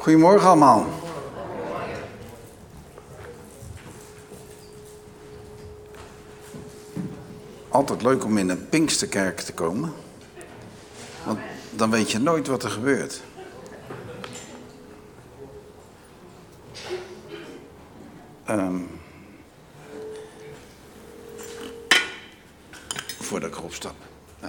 Goedemorgen allemaal. Altijd leuk om in een Pinksterkerk te komen. Want dan weet je nooit wat er gebeurt. Voordat ik erop stap.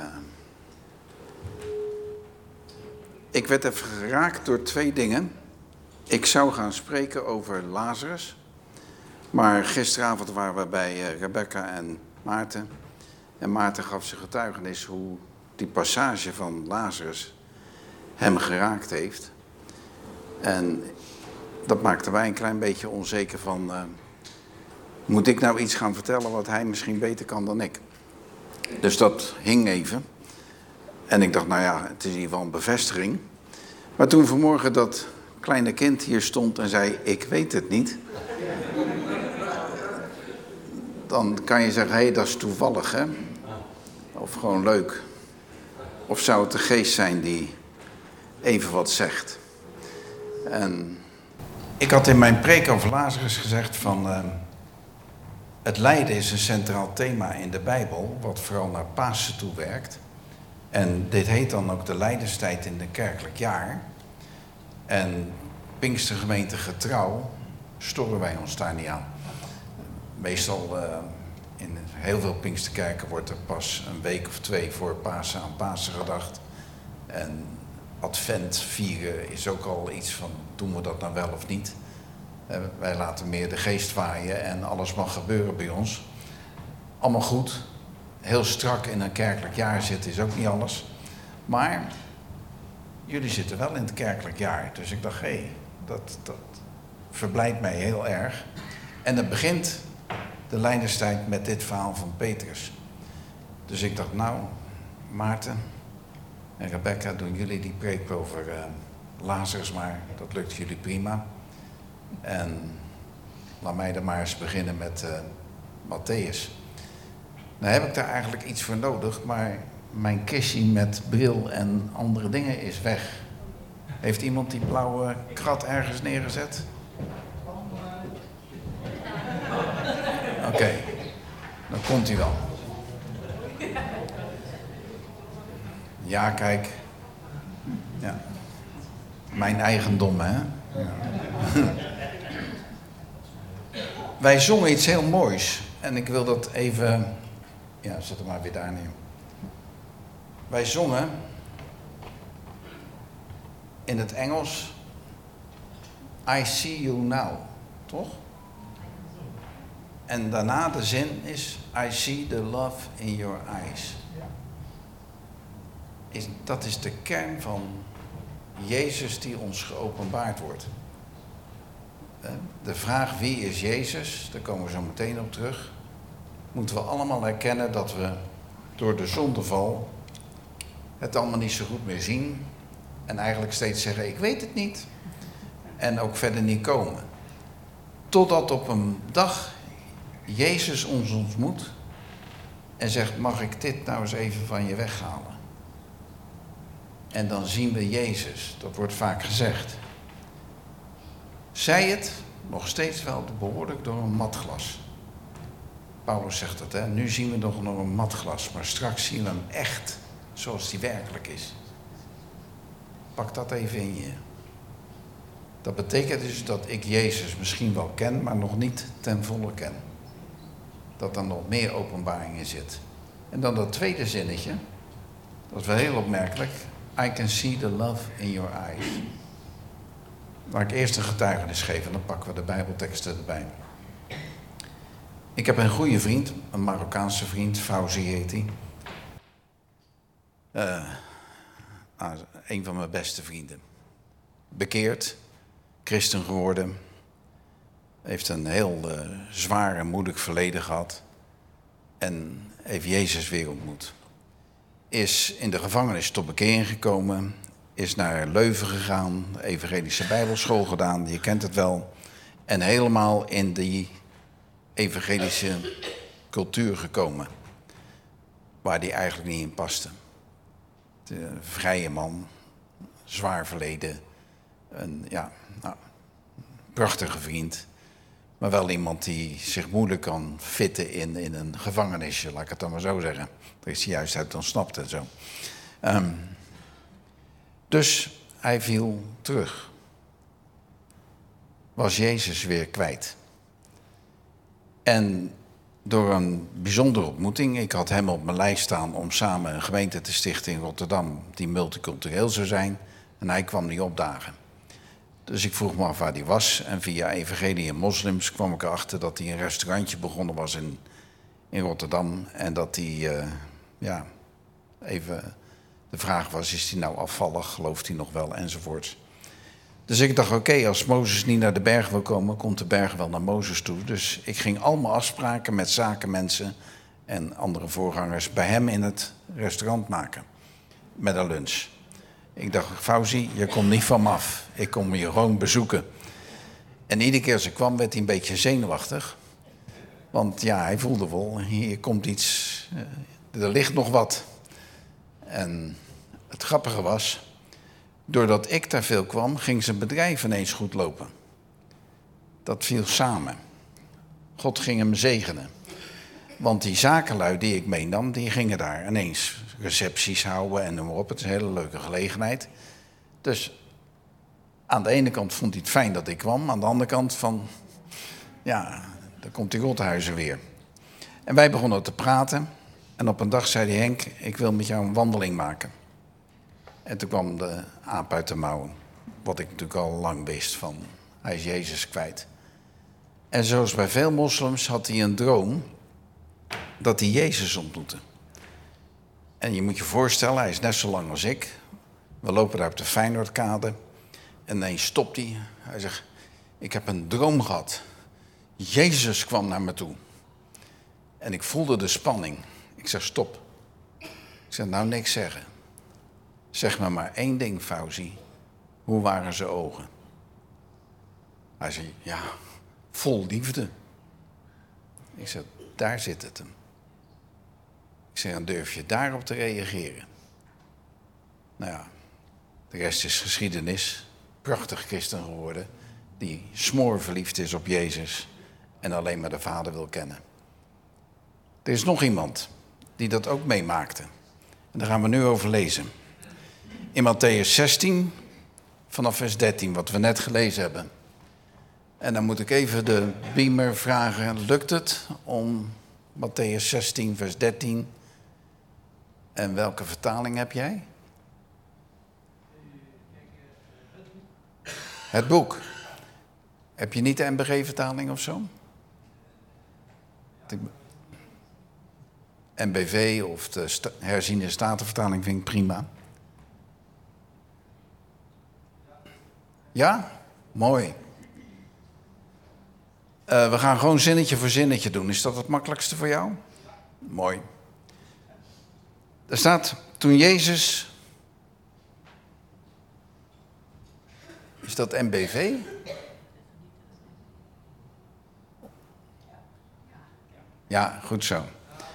Ik werd even geraakt door twee dingen. Ik zou gaan spreken over Lazarus. Maar gisteravond waren we bij Rebecca en Maarten. En Maarten gaf zijn getuigenis hoe die passage van Lazarus hem geraakt heeft. En dat maakte wij een klein beetje onzeker van... moet ik nou iets gaan vertellen wat hij misschien beter kan dan ik? Dus dat hing even. En ik dacht, nou ja, het is in ieder geval een bevestiging. Maar toen vanmorgen dat kleine kind hier stond en zei, ik weet het niet. Dan kan je zeggen, hé, dat is toevallig, hè? Of gewoon leuk. Of zou het de geest zijn die even wat zegt? En ik had in mijn preek over Lazarus gezegd van... het lijden is een centraal thema in de Bijbel, wat vooral naar Pasen toe werkt. En dit heet dan ook de lijdenstijd in het kerkelijk jaar. En Pinkstergemeente getrouw storen wij ons daar niet aan. Meestal in heel veel Pinksterkerken wordt er pas een week of twee voor Pasen aan Pasen gedacht. En Advent vieren is ook al iets van, doen we dat nou wel of niet? Wij laten meer de geest waaien en alles mag gebeuren bij ons. Allemaal goed. Heel strak in een kerkelijk jaar zitten is ook niet alles. Maar jullie zitten wel in het kerkelijk jaar. Dus ik dacht, hé, dat verblijdt mij heel erg. En het begint de lijdenstijd met dit verhaal van Petrus. Dus ik dacht, nou, Maarten en Rebecca, doen jullie die preek over Lazarus maar. Dat lukt jullie prima. En laat mij dan maar eens beginnen met Mattheüs. Nou heb ik daar eigenlijk iets voor nodig, maar mijn kistje met bril en andere dingen is weg. Heeft iemand die blauwe krat ergens neergezet? Oké, dan komt hij wel. Ja, kijk. Ja. Mijn eigendom, hè? Ja. Wij zongen iets heel moois. En ik wil dat even... Ja, zet hem maar weer daar neer. Wij zongen... in het Engels... I see you now. Toch? En daarna de zin is... I see the love in your eyes. Dat is de kern van Jezus die ons geopenbaard wordt. De vraag wie is Jezus, daar komen we zo meteen op terug. Moeten we allemaal erkennen dat we door de zondeval het allemaal niet zo goed meer zien. En eigenlijk steeds zeggen, ik weet het niet. En ook verder niet komen. Totdat op een dag Jezus ons ontmoet en zegt, mag ik dit nou eens even van je weghalen? En dan zien we Jezus, dat wordt vaak gezegd. Zij het nog steeds wel behoorlijk door een matglas. Paulus zegt dat, hè? Nu zien we nog door een matglas, maar straks zien we hem echt zoals hij werkelijk is. Pak dat even in je. Dat betekent dus dat ik Jezus misschien wel ken, maar nog niet ten volle ken. Dat er nog meer openbaring in zit. En dan dat tweede zinnetje, dat is wel heel opmerkelijk. I can see the love in your eyes. Laat ik eerst een getuigenis geven en dan pakken we de Bijbelteksten erbij. Ik heb een goede vriend, een Marokkaanse vriend, Fauzi heet hij. Een van mijn beste vrienden. Bekeerd, christen geworden. Heeft een heel zwaar en moeilijk verleden gehad. En heeft Jezus weer ontmoet. Is in de gevangenis tot bekering gekomen. Is naar Leuven gegaan, de evangelische bijbelschool gedaan, je kent het wel. En helemaal in die evangelische cultuur gekomen. Waar die eigenlijk niet in paste. De vrije man, zwaar verleden, Een prachtige vriend. Maar wel iemand die zich moeilijk kan fitten in een gevangenisje, laat ik het dan maar zo zeggen. Daar is hij juist uit ontsnapt en zo. Dus hij viel terug. Was Jezus weer kwijt. En door een bijzondere ontmoeting, ik had hem op mijn lijst staan om samen een gemeente te stichten in Rotterdam die multicultureel zou zijn. En hij kwam niet opdagen. Dus ik vroeg me af waar hij was. En via Evangelie en Moslims kwam ik erachter dat hij een restaurantje begonnen was in Rotterdam. En dat hij, even de vraag was, is hij nou afvallig? Gelooft hij nog wel? Enzovoort. Dus ik dacht, oké, als Mozes niet naar de berg wil komen, komt de berg wel naar Mozes toe. Dus ik ging allemaal afspraken met zakenmensen en andere voorgangers bij hem in het restaurant maken. Met een lunch. Ik dacht, Fauzi, je komt niet van me af. Ik kom je gewoon bezoeken. En iedere keer als ik kwam, werd hij een beetje zenuwachtig. Want ja, hij voelde wel, hier komt iets, er ligt nog wat. En het grappige was, doordat ik daar veel kwam, ging zijn bedrijf ineens goed lopen. Dat viel samen. God ging hem zegenen. Want die zakenlui die ik meenam, die gingen daar ineens recepties houden en noem maar op. Het is een hele leuke gelegenheid. Dus aan de ene kant vond hij het fijn dat ik kwam. Aan de andere kant van, ja, dan komt die Rothuizen weer. En wij begonnen te praten. En op een dag zei hij, Henk, ik wil met jou een wandeling maken. En toen kwam de aap uit de mouw. Wat ik natuurlijk al lang wist van, hij is Jezus kwijt. En zoals bij veel moslims had hij een droom dat hij Jezus ontmoette. En je moet je voorstellen, hij is net zo lang als ik. We lopen daar op de Feyenoordkade. En ineens stopt hij. Hij zegt, ik heb een droom gehad. Jezus kwam naar me toe. En ik voelde de spanning. Ik zeg, stop. Ik zeg, nou niks zeggen. Zeg me maar één ding, Fauzi. Hoe waren zijn ogen? Hij zei, ja, vol liefde. Ik zeg, daar zit het hem. Ik zeg, dan durf je daarop te reageren. Nou ja, de rest is geschiedenis. Prachtig christen geworden. Die smoorverliefd is op Jezus. En alleen maar de Vader wil kennen. Er is nog iemand die dat ook meemaakte. En daar gaan we nu over lezen. In Matthäus 16, vanaf vers 13, wat we net gelezen hebben. En dan moet ik even de beamer vragen, lukt het om Matthäus 16, vers 13... En welke vertaling heb jij? Het boek. Heb je niet de NBG-vertaling of zo? NBV of de herziene statenvertaling vind ik prima. Ja? Mooi. We gaan gewoon zinnetje voor zinnetje doen. Is dat het makkelijkste voor jou? Mooi. Er staat, toen Jezus... Is dat NBV? Ja, goed zo.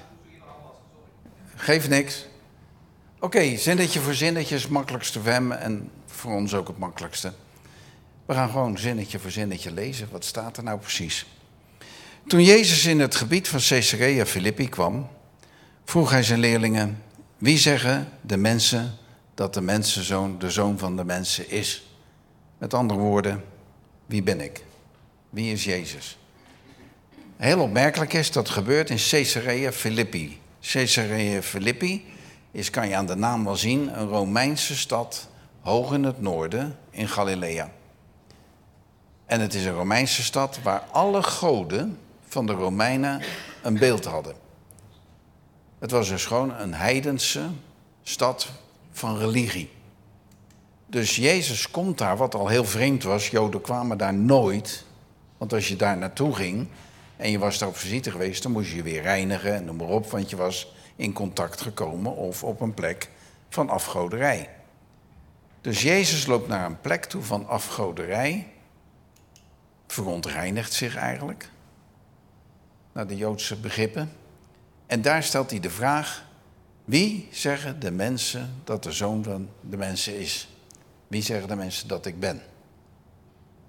Geeft niks. Oké, zinnetje voor zinnetje is het makkelijkste voor hem en voor ons ook het makkelijkste. We gaan gewoon zinnetje voor zinnetje lezen. Wat staat er nou precies? Toen Jezus in het gebied van Caesarea Philippi kwam, vroeg hij zijn leerlingen: wie zeggen de mensen dat de mensenzoon de zoon van de mensen is? Met andere woorden, wie ben ik? Wie is Jezus? Heel opmerkelijk is dat gebeurt in Caesarea Philippi. Caesarea Philippi is, kan je aan de naam wel zien, een Romeinse stad hoog in het noorden in Galilea. En het is een Romeinse stad waar alle goden van de Romeinen een beeld hadden. Het was dus gewoon een heidense stad van religie. Dus Jezus komt daar, wat al heel vreemd was. Joden kwamen daar nooit. Want als je daar naartoe ging en je was daar op visite geweest, dan moest je je weer reinigen en noem maar op. Want je was in contact gekomen of op een plek van afgoderij. Dus Jezus loopt naar een plek toe van afgoderij. Verontreinigt zich eigenlijk. Naar de Joodse begrippen. En daar stelt hij de vraag: wie zeggen de mensen dat de zoon van de mensen is? Wie zeggen de mensen dat ik ben?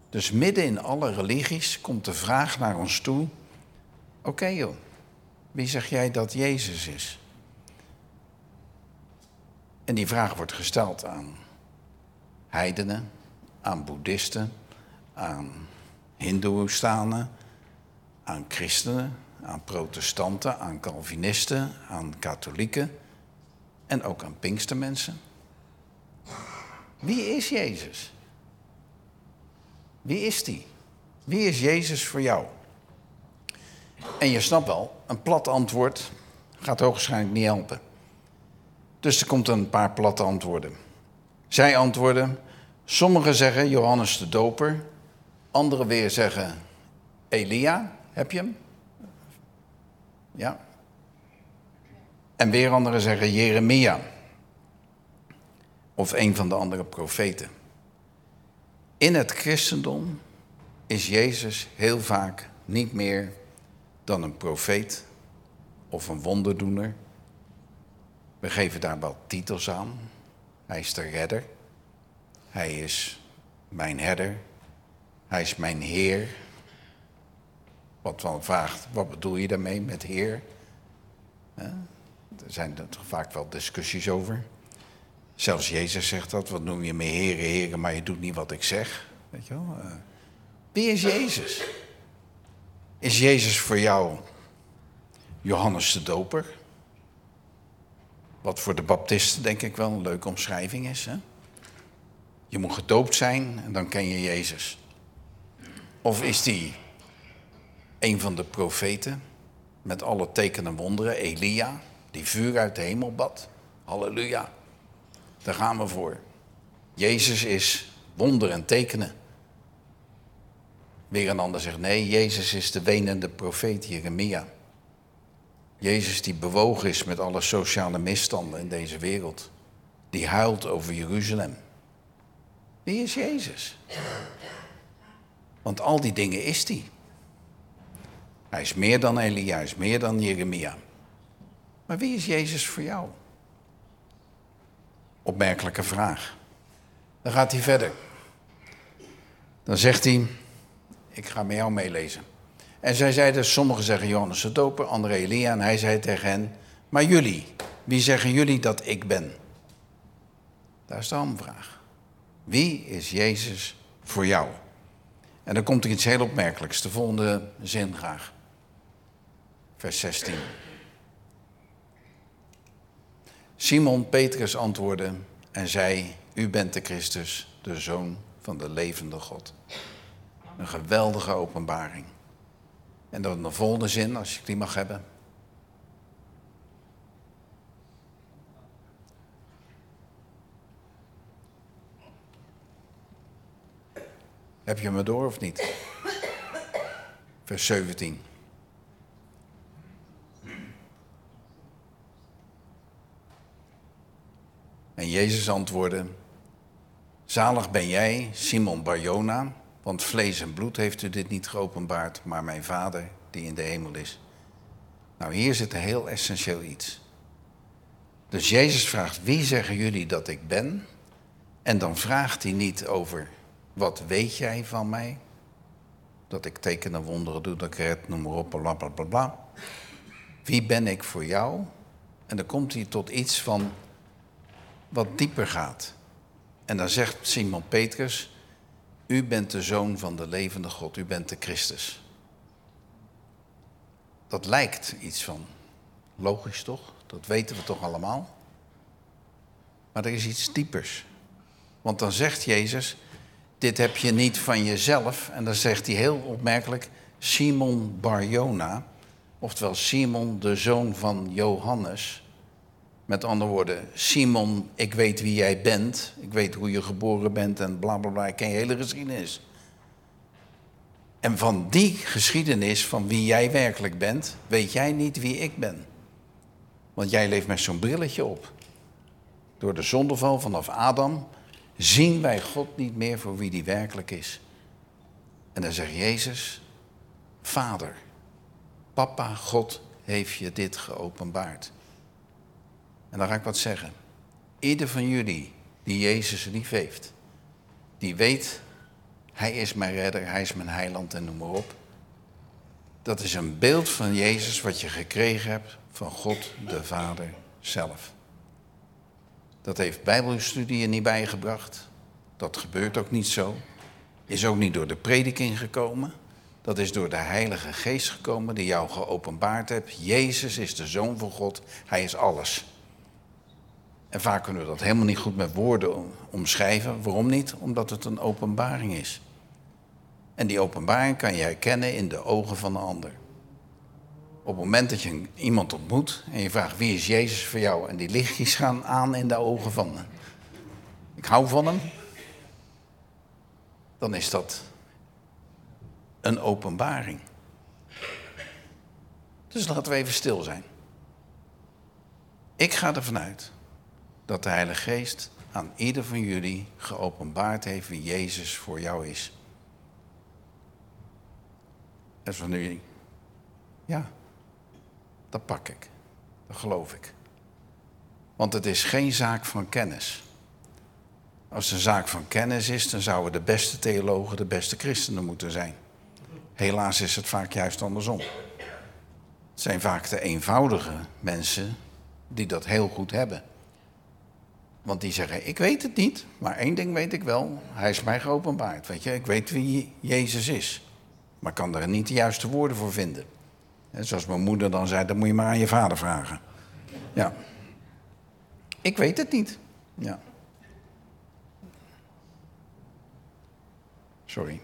Dus midden in alle religies komt de vraag naar ons toe. Oké joh, wie zeg jij dat Jezus is? En die vraag wordt gesteld aan heidenen, aan boeddhisten, aan hindoestanen, aan christenen, aan protestanten, aan calvinisten, aan katholieken en ook aan pinkstermensen. Wie is Jezus? Wie is die? Wie is Jezus voor jou? En je snapt wel, een plat antwoord gaat hoogstwaarschijnlijk niet helpen. Dus er komt een paar platte antwoorden. Zij antwoorden, sommigen zeggen Johannes de Doper, anderen weer zeggen Elia, heb je hem? Ja. En weer anderen zeggen Jeremia. Of een van de andere profeten. In het christendom is Jezus heel vaak niet meer dan een profeet of een wonderdoener. We geven daar wel titels aan. Hij is de redder. Hij is mijn herder. Hij is mijn Heer. Wat wel vraagt, wat bedoel je daarmee met Heer? Er zijn er vaak wel discussies over. Zelfs Jezus zegt dat, wat noem je me Heere, Heere, maar je doet niet wat ik zeg. Weet je wel? Wie is Jezus? Is Jezus voor jou Johannes de Doper? Wat voor de baptisten denk ik wel een leuke omschrijving is. Hè? Je moet gedoopt zijn en dan ken je Jezus. Of is die een van de profeten met alle tekenen en wonderen, Elia, die vuur uit de hemel bad? Halleluja, daar gaan we voor. Jezus is wonder en tekenen. Weer een ander zegt, nee, Jezus is de wenende profeet Jeremia. Jezus die bewogen is met alle sociale misstanden in deze wereld. Die huilt over Jeruzalem. Wie is Jezus? Want al die dingen is hij. Hij is meer dan Elia, hij is meer dan Jeremia. Maar wie is Jezus voor jou? Opmerkelijke vraag. Dan gaat hij verder. Dan zegt hij, ik ga met jou meelezen. En zij zeiden, sommigen zeggen Johannes de Doper, anderen Elia. En hij zei tegen hen, maar jullie, wie zeggen jullie dat ik ben? Daar is de hamvraag. Wie is Jezus voor jou? En dan komt er iets heel opmerkelijks. De volgende zin graag. Vers 16. Simon Petrus antwoordde en zei, u bent de Christus, de Zoon van de levende God. Een geweldige openbaring. En dan de volgende zin, als ik die mag hebben. Heb je me door of niet? Vers 17. En Jezus antwoordde, zalig ben jij, Simon Barjona, want vlees en bloed heeft u dit niet geopenbaard, maar mijn Vader die in de hemel is. Nou, hier zit een heel essentieel iets. Dus Jezus vraagt, wie zeggen jullie dat ik ben? En dan vraagt hij niet over, wat weet jij van mij? Dat ik tekenen, wonderen doe, dat ik red, noem maar op, bla bla bla bla. Wie ben ik voor jou? En dan komt hij tot iets van wat dieper gaat. En dan zegt Simon Petrus, u bent de Zoon van de levende God, u bent de Christus. Dat lijkt iets van, logisch toch? Dat weten we toch allemaal? Maar er is iets diepers. Want dan zegt Jezus, dit heb je niet van jezelf. En dan zegt hij heel opmerkelijk, Simon Barjona, oftewel Simon de zoon van Johannes. Met andere woorden, Simon, ik weet wie jij bent. Ik weet hoe je geboren bent en bla bla bla. Ik ken je hele geschiedenis. En van die geschiedenis van wie jij werkelijk bent, weet jij niet wie ik ben. Want jij leeft met zo'n brilletje op. Door de zondeval vanaf Adam zien wij God niet meer voor wie die werkelijk is. En dan zegt Jezus, Vader, Papa, God heeft je dit geopenbaard. En dan ga ik wat zeggen. Ieder van jullie die Jezus lief heeft, die weet, Hij is mijn redder, hij is mijn heiland en noem maar op. Dat is een beeld van Jezus wat je gekregen hebt van God de Vader zelf. Dat heeft Bijbelstudie er niet bijgebracht. Dat gebeurt ook niet zo. Is ook niet door de prediking gekomen. Dat is door de Heilige Geest gekomen die jou geopenbaard hebt. Jezus is de Zoon van God. Hij is alles. En vaak kunnen we dat helemaal niet goed met woorden omschrijven. Waarom niet? Omdat het een openbaring is. En die openbaring kan je herkennen in de ogen van een ander. Op het moment dat je iemand ontmoet en je vraagt wie is Jezus voor jou? En die lichtjes gaan aan in de ogen van hem. Ik hou van hem. Dan is dat een openbaring. Dus laten we even stil zijn. Ik ga ervan uit dat de Heilige Geest aan ieder van jullie geopenbaard heeft wie Jezus voor jou is. En van jullie, ja, dat pak ik. Dat geloof ik. Want het is geen zaak van kennis. Als het een zaak van kennis is, dan zouden de beste theologen de beste christenen moeten zijn. Helaas is het vaak juist andersom. Het zijn vaak de eenvoudige mensen die dat heel goed hebben. Want die zeggen, ik weet het niet, maar één ding weet ik wel. Hij is mij geopenbaard, weet je. Ik weet wie Jezus is. Maar ik kan er niet de juiste woorden voor vinden. En zoals mijn moeder dan zei, dan moet je maar aan je vader vragen. Ja. Ik weet het niet. Ja. Sorry.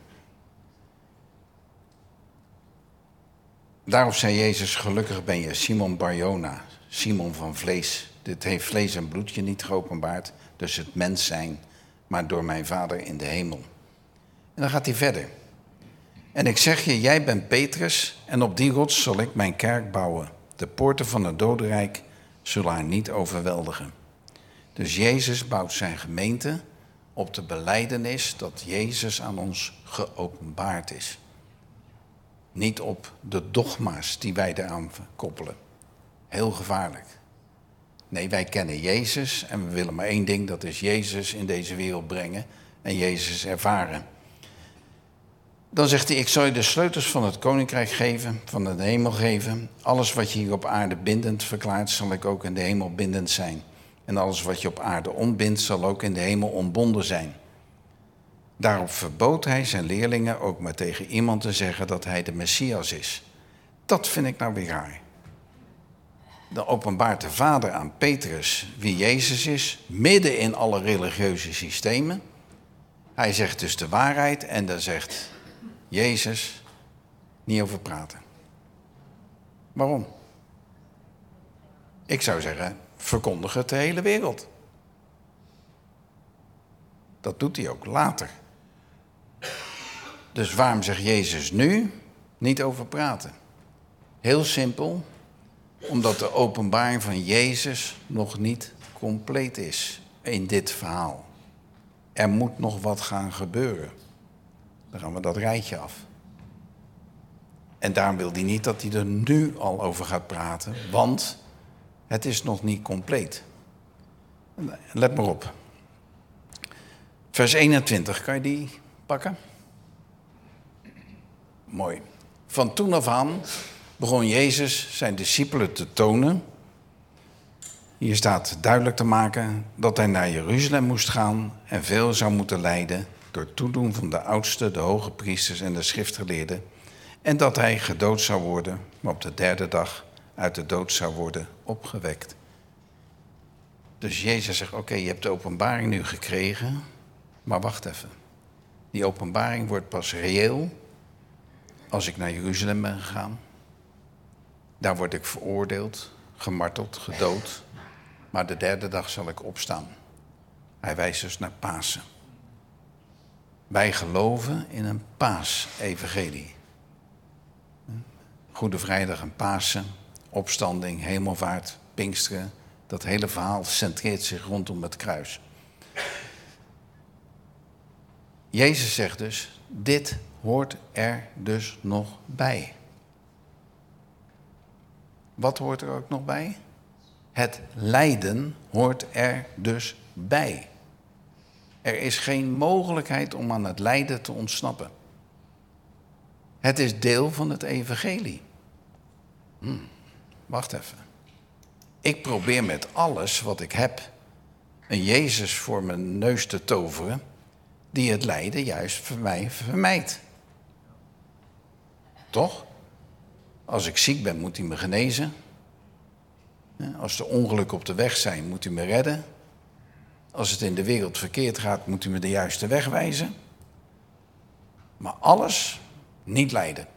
Daarop zei Jezus, gelukkig ben je, Simon Barjona, Simon van vlees. Dit heeft vlees en bloed je niet geopenbaard, dus het mens zijn, maar door mijn Vader in de hemel. En dan gaat hij verder. En ik zeg je, jij bent Petrus en op die rots zal ik mijn kerk bouwen. De poorten van het dodenrijk zullen haar niet overweldigen. Dus Jezus bouwt zijn gemeente op de belijdenis dat Jezus aan ons geopenbaard is. Niet op de dogma's die wij eraan koppelen. Heel gevaarlijk. Nee, wij kennen Jezus en we willen maar één ding, dat is Jezus in deze wereld brengen en Jezus ervaren. Dan zegt hij, ik zal je de sleutels van het koninkrijk geven, van de hemel geven. Alles wat je hier op aarde bindend verklaart, zal ik ook in de hemel bindend zijn. En alles wat je op aarde ontbindt, zal ook in de hemel ontbonden zijn. Daarop verbood hij zijn leerlingen ook maar tegen iemand te zeggen dat hij de Messias is. Dat vind ik nou weer raar. Dan openbaart de Vader aan Petrus wie Jezus is, midden in alle religieuze systemen. Hij zegt dus de waarheid en dan zegt Jezus, niet over praten. Waarom? Ik zou zeggen, verkondig het de hele wereld. Dat doet hij ook later. Dus waarom zegt Jezus nu niet over praten? Heel simpel, omdat de openbaring van Jezus nog niet compleet is in dit verhaal. Er moet nog wat gaan gebeuren. Dan gaan we dat rijtje af. En daarom wil hij niet dat hij er nu al over gaat praten, want het is nog niet compleet. Let maar op. Vers 21, kan je die pakken? Mooi. Van toen af aan begon Jezus zijn discipelen te tonen. Hier staat duidelijk te maken dat hij naar Jeruzalem moest gaan en veel zou moeten lijden door toedoen van de oudsten, de hoge priesters en de schriftgeleerden. En dat hij gedood zou worden, maar op de derde dag uit de dood zou worden opgewekt. Dus Jezus zegt, oké, je hebt de openbaring nu gekregen, maar wacht even. Die openbaring wordt pas reëel als ik naar Jeruzalem ben gegaan. Daar word ik veroordeeld, gemarteld, gedood. Maar de derde dag zal ik opstaan. Hij wijst dus naar Pasen. Wij geloven in een Paasevangelie. Goede Vrijdag en Pasen, opstanding, hemelvaart, Pinksteren. Dat hele verhaal centreert zich rondom het kruis. Jezus zegt dus, dit hoort er dus nog bij. Wat hoort er ook nog bij? Het lijden hoort er dus bij. Er is geen mogelijkheid om aan het lijden te ontsnappen. Het is deel van het evangelie. Wacht even. Ik probeer met alles wat ik heb een Jezus voor mijn neus te toveren die het lijden juist voor mij vermijdt. Toch? Als ik ziek ben, moet hij me genezen. Als er ongelukken op de weg zijn, moet hij me redden. Als het in de wereld verkeerd gaat, moet hij me de juiste weg wijzen. Maar alles niet lijden.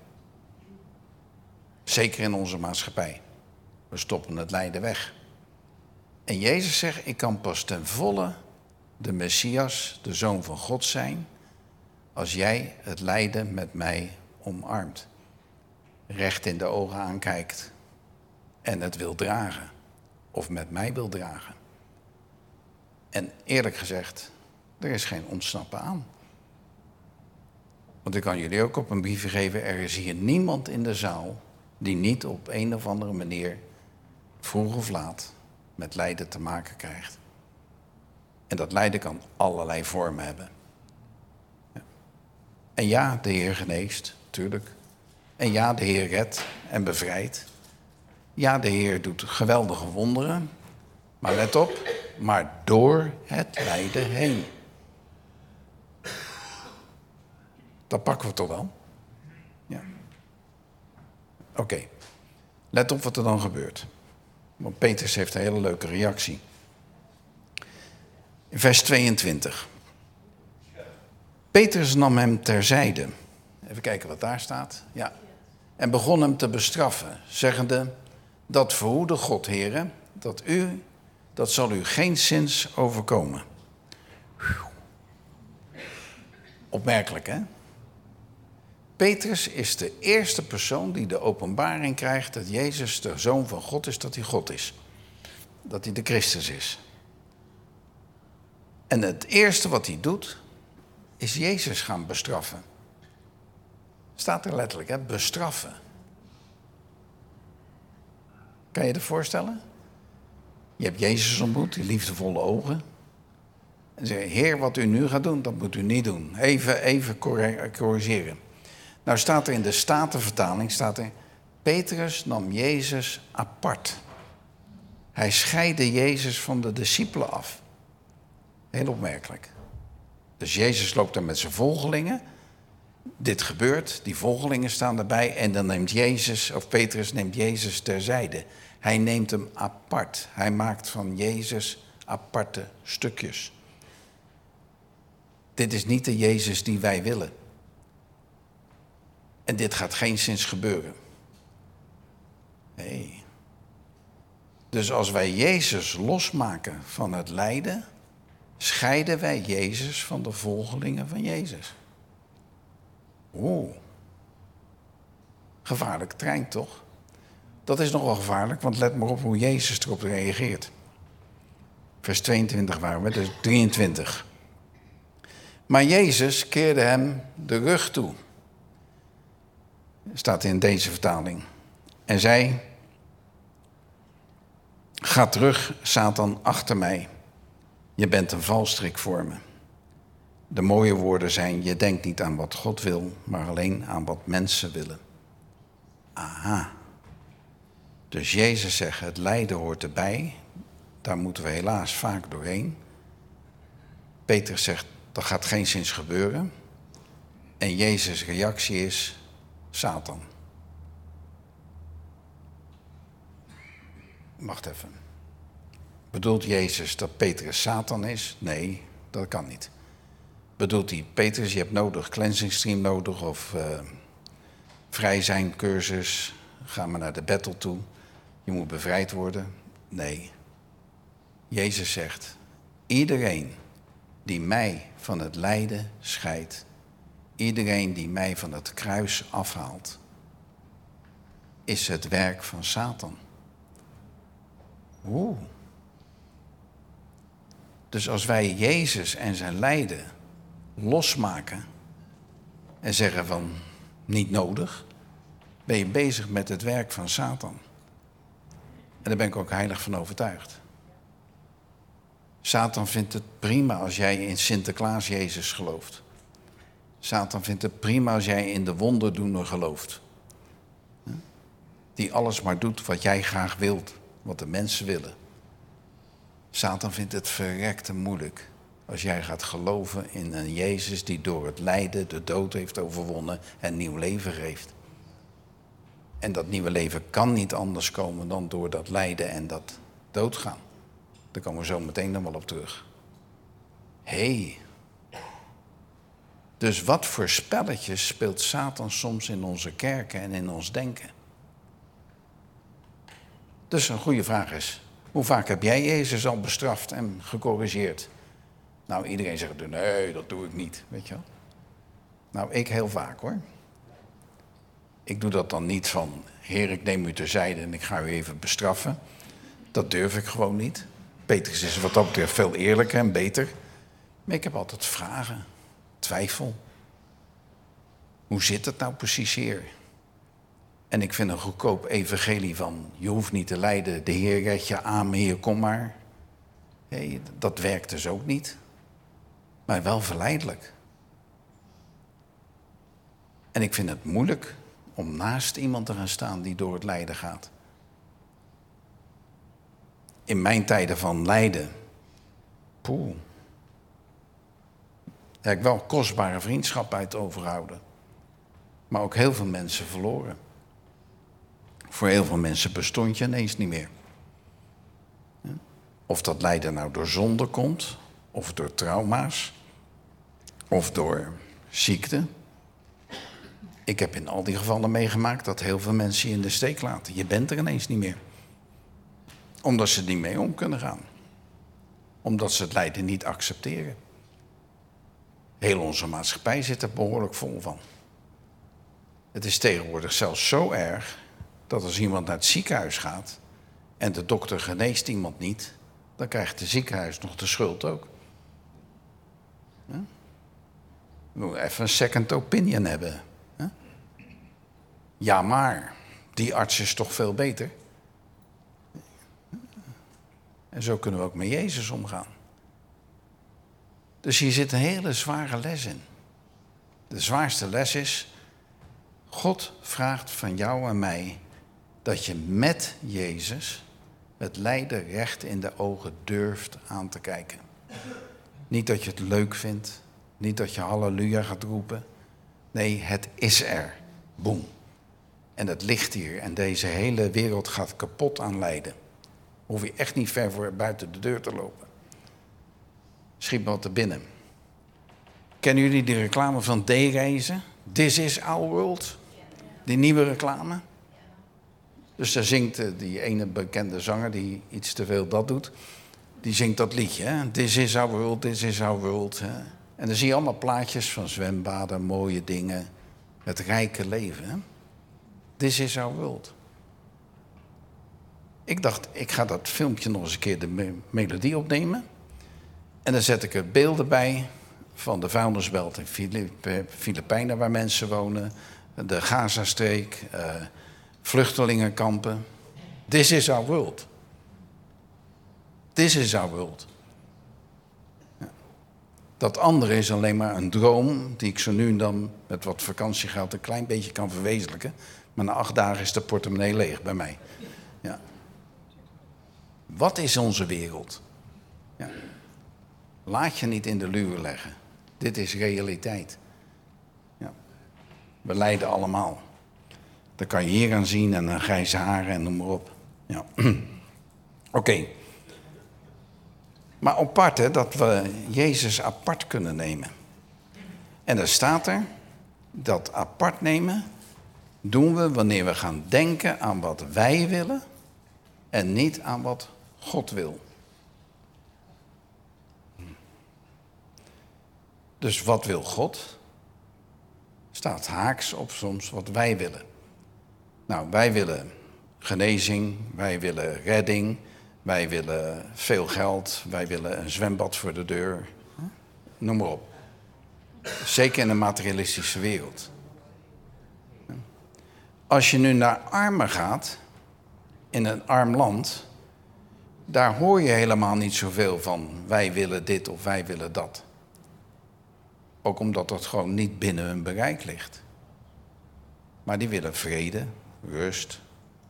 Zeker in onze maatschappij. We stoppen het lijden weg. En Jezus zegt, ik kan pas ten volle de Messias, de Zoon van God zijn, als jij het lijden met mij omarmt. Recht in de ogen aankijkt en het wil dragen. Of met mij wil dragen. En eerlijk gezegd, er is geen ontsnappen aan. Want ik kan jullie ook op een briefje geven, er is hier niemand in de zaal die niet op een of andere manier, vroeg of laat, met lijden te maken krijgt. En dat lijden kan allerlei vormen hebben. Ja. En ja, de Heer geneest, tuurlijk. En ja, de Heer redt en bevrijdt. Ja, de Heer doet geweldige wonderen. Maar let op, maar door het lijden heen. Dat pakken we toch wel? Ja. Oké. Let op wat er dan gebeurt. Want Petrus heeft een hele leuke reactie. In vers 22. Petrus nam hem terzijde. Even kijken wat daar staat. Ja. En begon hem te bestraffen, zeggende, dat verhoede God, heren, dat zal u geenszins overkomen. Opmerkelijk, hè? Petrus is de eerste persoon die de openbaring krijgt dat Jezus de Zoon van God is, dat hij God is. Dat hij de Christus is. En het eerste wat hij doet, is Jezus gaan bestraffen. Staat er letterlijk, hè? Bestraffen. Kan je je voorstellen? Je hebt Jezus ontmoet, die liefdevolle ogen. En zeg, Heer, wat u nu gaat doen, dat moet u niet doen. Even corrigeren. Nou staat er in de Statenvertaling, Petrus nam Jezus apart. Hij scheidde Jezus van de discipelen af. Heel opmerkelijk. Dus Jezus loopt er met zijn volgelingen. Dit gebeurt, die volgelingen staan erbij en dan neemt Petrus neemt Jezus terzijde. Hij neemt hem apart. Hij maakt van Jezus aparte stukjes. Dit is niet de Jezus die wij willen. En dit gaat geenszins gebeuren. Nee. Dus als wij Jezus losmaken van het lijden, scheiden wij Jezus van de volgelingen van Jezus. Oeh. Gevaarlijk trein, toch? Dat is nogal gevaarlijk, want let maar op hoe Jezus erop reageert. Vers 22 waren we, dus 23. Maar Jezus keerde hem de rug toe. Staat in deze vertaling. En zei, ga terug, Satan, achter mij. Je bent een valstrik voor me. De mooie woorden zijn, je denkt niet aan wat God wil, maar alleen aan wat mensen willen. Aha. Dus Jezus zegt, het lijden hoort erbij. Daar moeten we helaas vaak doorheen. Petrus zegt, dat gaat geenszins gebeuren. En Jezus' reactie is, Satan. Wacht even. Bedoelt Jezus dat Petrus Satan is? Nee, dat kan niet. Bedoelt hij, Petrus, je hebt nodig, cleansing stream nodig of vrij zijn cursus, ga maar naar de battle toe, je moet bevrijd worden? Nee. Jezus zegt, iedereen die mij van het lijden scheidt, iedereen die mij van het kruis afhaalt, is het werk van Satan. Oeh. Dus als wij Jezus en zijn lijden losmaken en zeggen van niet nodig, ben je bezig met het werk van Satan. En daar ben ik ook heilig van overtuigd. Satan vindt het prima als jij in Sinterklaas Jezus gelooft. Satan vindt het prima als jij in de wonderdoener gelooft. Die alles maar doet wat jij graag wilt, wat de mensen willen. Satan vindt het verrekte moeilijk als jij gaat geloven in een Jezus die door het lijden de dood heeft overwonnen en nieuw leven geeft. En dat nieuwe leven kan niet anders komen dan door dat lijden en dat doodgaan. Daar komen we zo meteen dan wel op terug. Hé. Dus wat voor spelletjes speelt Satan soms in onze kerken en in ons denken? Dus een goede vraag is, hoe vaak heb jij Jezus al bestraft en gecorrigeerd? Nou, iedereen zegt, nee, dat doe ik niet, weet je wel. Nou, ik heel vaak hoor. Ik doe dat dan niet van, Heer, ik neem u terzijde en ik ga u even bestraffen. Dat durf ik gewoon niet. Petrus is wat dat betreft veel eerlijker en beter. Maar ik heb altijd vragen, twijfel. Hoe zit het nou precies, Heer? En ik vind een goedkoop evangelie van, je hoeft niet te lijden, de Heer redt je, amen, Heer, kom maar. Hey, dat werkt dus ook niet. Maar wel verleidelijk. En ik vind het moeilijk om naast iemand te gaan staan die door het lijden gaat. In mijn tijden van lijden, heb ik wel kostbare vriendschap uit overhouden. Maar ook heel veel mensen verloren. Voor heel veel mensen bestond je ineens niet meer. Of dat lijden nou door zonde komt, of door trauma's, of door ziekte. Ik heb in al die gevallen meegemaakt dat heel veel mensen je in de steek laten. Je bent er ineens niet meer. Omdat ze er niet mee om kunnen gaan. Omdat ze het lijden niet accepteren. Heel onze maatschappij zit er behoorlijk vol van. Het is tegenwoordig zelfs zo erg dat als iemand naar het ziekenhuis gaat en de dokter geneest iemand niet, dan krijgt het ziekenhuis nog de schuld ook. We moeten even een second opinion hebben. Ja, maar die arts is toch veel beter? En zo kunnen we ook met Jezus omgaan. Dus hier zit een hele zware les in. De zwaarste les is, God vraagt van jou en mij dat je met Jezus het lijden recht in de ogen durft aan te kijken. Niet dat je het leuk vindt, niet dat je halleluja gaat roepen. Nee, het is er. Boem. En het ligt hier en deze hele wereld gaat kapot aan lijden. Hoef je echt niet ver voor buiten de deur te lopen. Schiet me wat te binnen. Kennen jullie die reclame van D-Reizen? This is our world. Die nieuwe reclame. Dus daar zingt die ene bekende zanger die iets te veel dat doet. Die zingt dat liedje. Hè? This is our world, this is our world. Hè? En dan zie je allemaal plaatjes van zwembaden, mooie dingen. Het rijke leven. Hè? This is our world. Ik dacht, ik ga dat filmpje nog eens een keer de melodie opnemen. En dan zet ik er beelden bij van de vuilnisbelt in Filipijnen waar mensen wonen. De Gazastreek, vluchtelingenkampen. This is our world. This is our world. Ja. Dat andere is alleen maar een droom die ik zo nu en dan met wat vakantiegeld een klein beetje kan verwezenlijken. Maar na 8 dagen is de portemonnee leeg bij mij. Ja. Wat is onze wereld? Ja. Laat je niet in de luren leggen. Dit is realiteit. Ja. We lijden allemaal. Dat kan je hier aan zien en een grijze haren en noem maar op. Ja. Oké. Maar apart hè, dat we Jezus apart kunnen nemen. En dan staat er, dat apart nemen doen we wanneer we gaan denken aan wat wij willen en niet aan wat God wil. Dus wat wil God? Staat haaks op soms wat wij willen. Nou, wij willen genezing, wij willen redding, wij willen veel geld, wij willen een zwembad voor de deur. Noem maar op. Zeker in een materialistische wereld. Als je nu naar armen gaat, in een arm land, Daar hoor je helemaal niet zoveel van. Wij willen dit of wij willen dat. Ook omdat dat gewoon niet binnen hun bereik ligt. Maar die willen vrede, rust,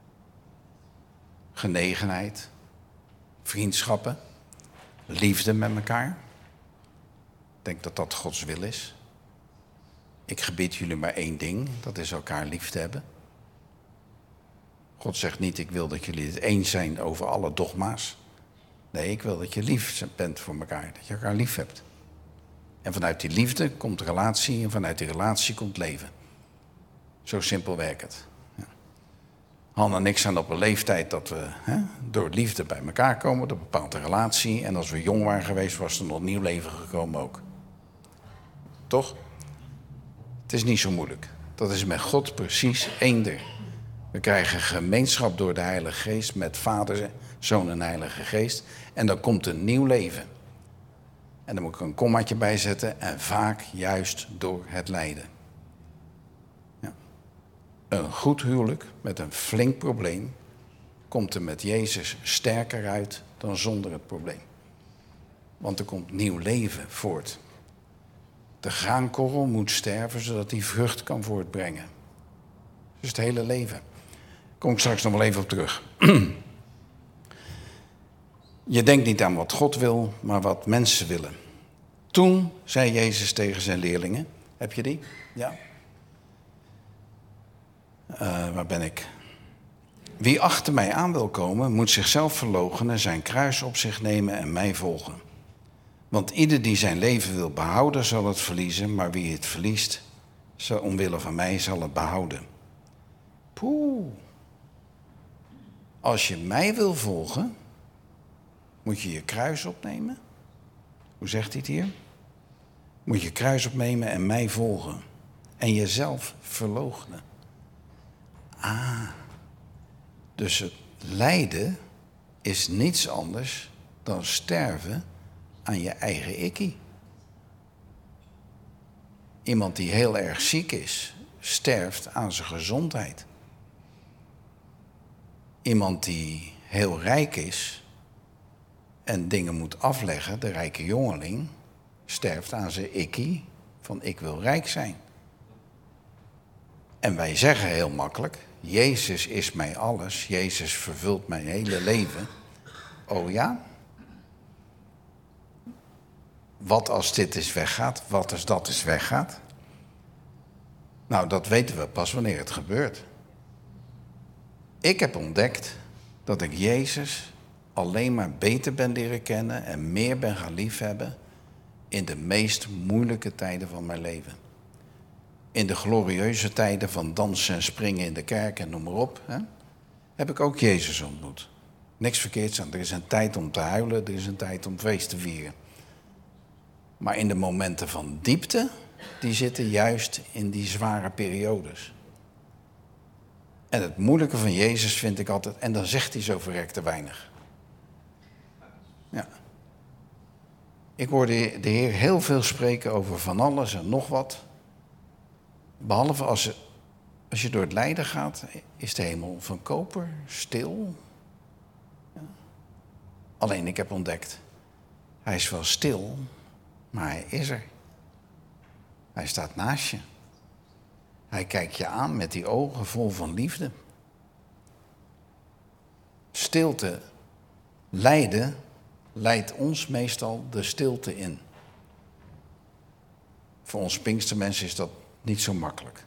genegenheid, vriendschappen, liefde met elkaar. Ik denk dat dat Gods wil is. Ik gebied jullie maar één ding, dat is elkaar lief te hebben. God zegt niet, ik wil dat jullie het eens zijn over alle dogma's. Nee, ik wil dat je lief bent voor elkaar, dat je elkaar lief hebt. En vanuit die liefde komt relatie en vanuit die relatie komt leven. Zo simpel werkt het. Ja. Han en ik zijn op een leeftijd dat we door liefde bij elkaar komen, door een bepaalde relatie. En als we jong waren geweest, was er nog nieuw leven gekomen ook. Toch? Het is niet zo moeilijk. Dat is met God precies eender. We krijgen gemeenschap door de Heilige Geest met Vader, Zoon en Heilige Geest. En dan komt een nieuw leven. En dan moet ik een kommaatje bij zetten. En vaak juist door het lijden. Ja. Een goed huwelijk met een flink probleem komt er met Jezus sterker uit dan zonder het probleem. Want er komt nieuw leven voort. De graankorrel moet sterven zodat die vrucht kan voortbrengen. Dus het hele leven. Daar kom ik straks nog wel even op terug. Je denkt niet aan wat God wil, maar wat mensen willen. Toen zei Jezus tegen zijn leerlingen. Heb je die? Ja. Waar ben ik? Wie achter mij aan wil komen, moet zichzelf verloochenen, zijn kruis op zich nemen en mij volgen. Want ieder die zijn leven wil behouden, zal het verliezen. Maar wie het verliest, omwille van mij, zal het behouden. Poeh. Als je mij wil volgen, moet je je kruis opnemen. Hoe zegt hij het hier? Moet je kruis opnemen en mij volgen. En jezelf verloochenen. Dus het lijden is niets anders dan sterven aan je eigen ikkie. Iemand die heel erg ziek is, sterft aan zijn gezondheid. Iemand die heel rijk is en dingen moet afleggen, de rijke jongeling, sterft aan zijn ikkie van ik wil rijk zijn. En wij zeggen heel makkelijk, Jezus is mij alles, Jezus vervult mijn hele leven. Oh ja? Wat als dit eens weggaat? Wat als dat eens weggaat? Nou, dat weten we pas wanneer het gebeurt. Ik heb ontdekt dat ik Jezus alleen maar beter ben leren kennen en meer ben gaan liefhebben in de meest moeilijke tijden van mijn leven. In de glorieuze tijden van dansen en springen in de kerk en noem maar op, heb ik ook Jezus ontmoet. Niks verkeerds aan. Er is een tijd om te huilen, er is een tijd om feest te vieren. Maar in de momenten van diepte, die zitten juist in die zware periodes. En het moeilijke van Jezus vind ik altijd, en dan zegt hij zo verrekt te weinig. Ja. Ik hoor de Heer heel veel spreken over van alles en nog wat. Behalve als je door het lijden gaat, is de hemel van koper, stil. Ja. Alleen ik heb ontdekt, hij is wel stil, maar hij is er. Hij staat naast je. Hij kijkt je aan met die ogen vol van liefde. Stilte, lijden, leidt ons meestal de stilte in. Voor ons Pinkstermensen is dat niet zo makkelijk.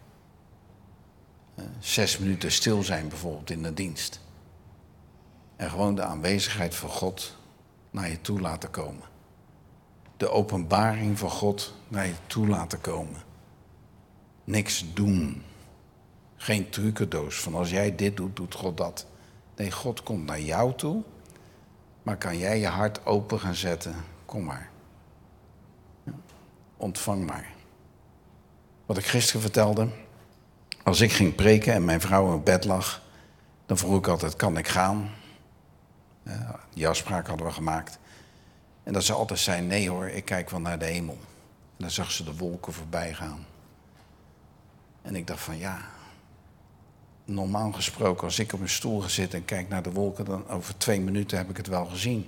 6 minuten stil zijn bijvoorbeeld in de dienst. En gewoon de aanwezigheid van God naar je toe laten komen. De openbaring van God naar je toe laten komen. Niks doen. Geen trucendoos van als jij dit doet, doet God dat. Nee, God komt naar jou toe. Maar kan jij je hart open gaan zetten? Kom maar. Ja. Ontvang maar. Wat ik gisteren vertelde. Als ik ging preken en mijn vrouw in bed lag, dan vroeg ik altijd, kan ik gaan? Die afspraak hadden we gemaakt. En dat ze altijd zei, nee hoor, ik kijk wel naar de hemel. En dan zag ze de wolken voorbij gaan. En ik dacht van ja, normaal gesproken, als ik op een stoel ga zitten en kijk naar de wolken, dan over 2 minuten heb ik het wel gezien.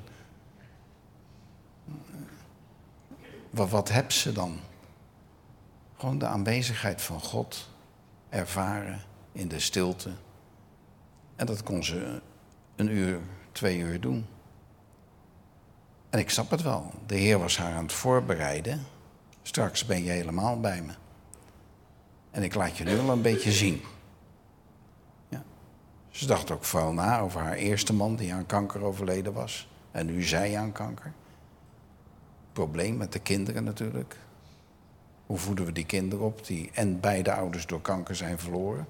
Wat heb ze dan? Gewoon de aanwezigheid van God ervaren in de stilte. En dat kon ze 1 uur, 2 uur doen. En ik snap het wel. De Heer was haar aan het voorbereiden. Straks ben je helemaal bij me. En ik laat je nu al een beetje zien. Ja. Ze dacht ook vooral na over haar eerste man die aan kanker overleden was. En nu zij aan kanker. Probleem met de kinderen natuurlijk. Hoe voeden we die kinderen op die en beide ouders door kanker zijn verloren?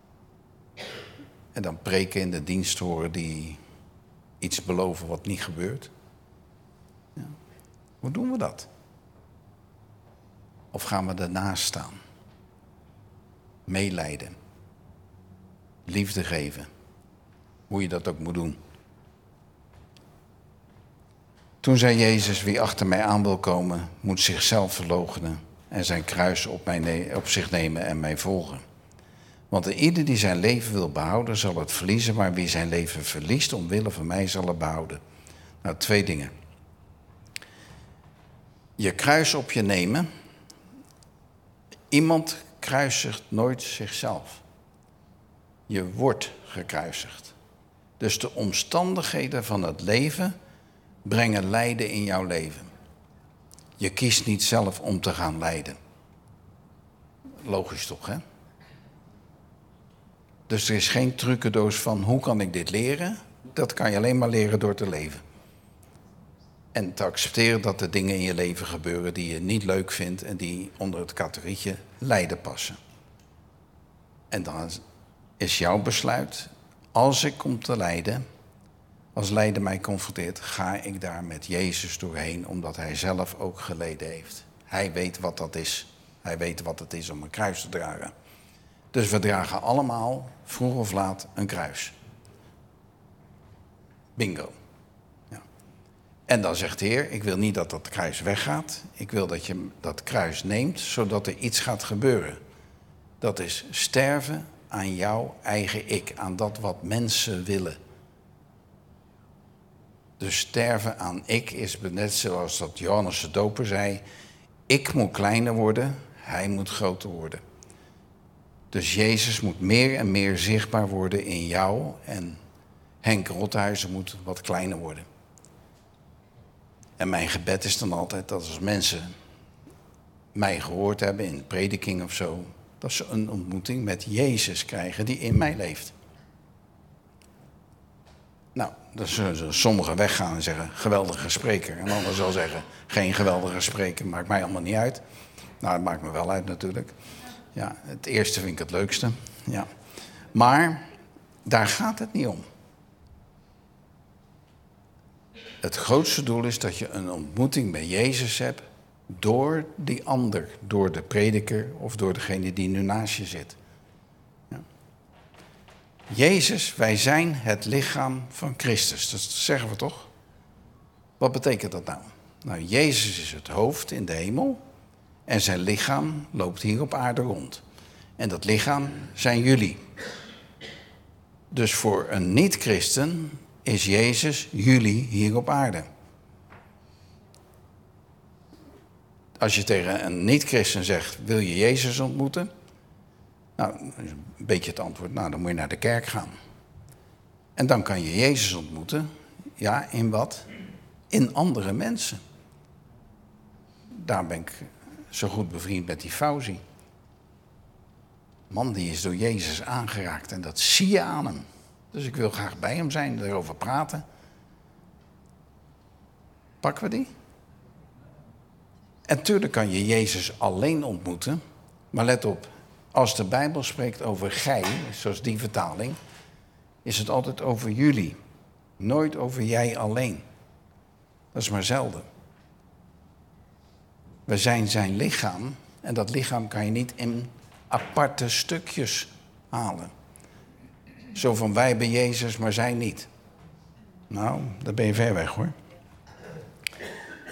En dan preken in de dienst horen die iets beloven wat niet gebeurt. Ja. Hoe doen we dat? Of gaan we ernaast staan? Meelijden. Liefde geven. Hoe je dat ook moet doen. Toen zei Jezus, wie achter mij aan wil komen, moet zichzelf verloochenen en zijn kruis op zich nemen en mij volgen. Want ieder die zijn leven wil behouden, zal het verliezen, maar wie zijn leven verliest omwille van mij, zal het behouden. Nou, 2 dingen. Je kruis op je nemen. Iemand kruisigt nooit zichzelf. Je wordt gekruisigd. Dus de omstandigheden van het leven brengen lijden in jouw leven. Je kiest niet zelf om te gaan lijden. Logisch toch, hè? Dus er is geen trucendoos van hoe kan ik dit leren? Dat kan je alleen maar leren door te leven. En te accepteren dat er dingen in je leven gebeuren die je niet leuk vindt en die onder het categorietje lijden passen. En dan is jouw besluit, als ik kom te lijden, als lijden mij confronteert, ga ik daar met Jezus doorheen, omdat hij zelf ook geleden heeft. Hij weet wat dat is. Hij weet wat het is om een kruis te dragen. Dus we dragen allemaal, vroeg of laat, een kruis. Bingo. Ja. En dan zegt de Heer, ik wil niet dat dat kruis weggaat. Ik wil dat je dat kruis neemt, zodat er iets gaat gebeuren. Dat is sterven aan jouw eigen ik, aan dat wat mensen willen. Dus sterven aan ik is net zoals dat Johannes de Doper zei. Ik moet kleiner worden, hij moet groter worden. Dus Jezus moet meer en meer zichtbaar worden in jou. En Henk Rothuizen moet wat kleiner worden. En mijn gebed is dan altijd dat als mensen mij gehoord hebben in prediking of zo, dat ze een ontmoeting met Jezus krijgen die in mij leeft. Nou, dan zullen sommigen weggaan en zeggen, geweldige spreker. En anderen zal zeggen, geen geweldige spreker, maakt mij allemaal niet uit. Nou, dat maakt me wel uit natuurlijk. Ja, het eerste vind ik het leukste. Ja. Maar daar gaat het niet om. Het grootste doel is dat je een ontmoeting met Jezus hebt door die ander, door de prediker of door degene die nu naast je zit. Ja. Jezus, wij zijn het lichaam van Christus. Dat zeggen we toch? Wat betekent dat nou? Nou, Jezus is het hoofd in de hemel en zijn lichaam loopt hier op aarde rond. En dat lichaam zijn jullie. Dus voor een niet-christen is Jezus jullie hier op aarde. Als je tegen een niet-christen zegt, wil je Jezus ontmoeten? Nou, een beetje het antwoord, nou dan moet je naar de kerk gaan. En dan kan je Jezus ontmoeten. Ja, in wat? In andere mensen. Daar ben ik zo goed bevriend met die Fauzi. Man, die is door Jezus aangeraakt en dat zie je aan hem. Dus ik wil graag bij hem zijn, erover praten. Pakken we die? En tuurlijk kan je Jezus alleen ontmoeten. Maar let op, als de Bijbel spreekt over gij, zoals die vertaling, is het altijd over jullie. Nooit over jij alleen. Dat is maar zelden. We zijn zijn lichaam en dat lichaam kan je niet in aparte stukjes halen. Zo van wij hebben Jezus, maar zij niet. Nou, daar ben je ver weg hoor.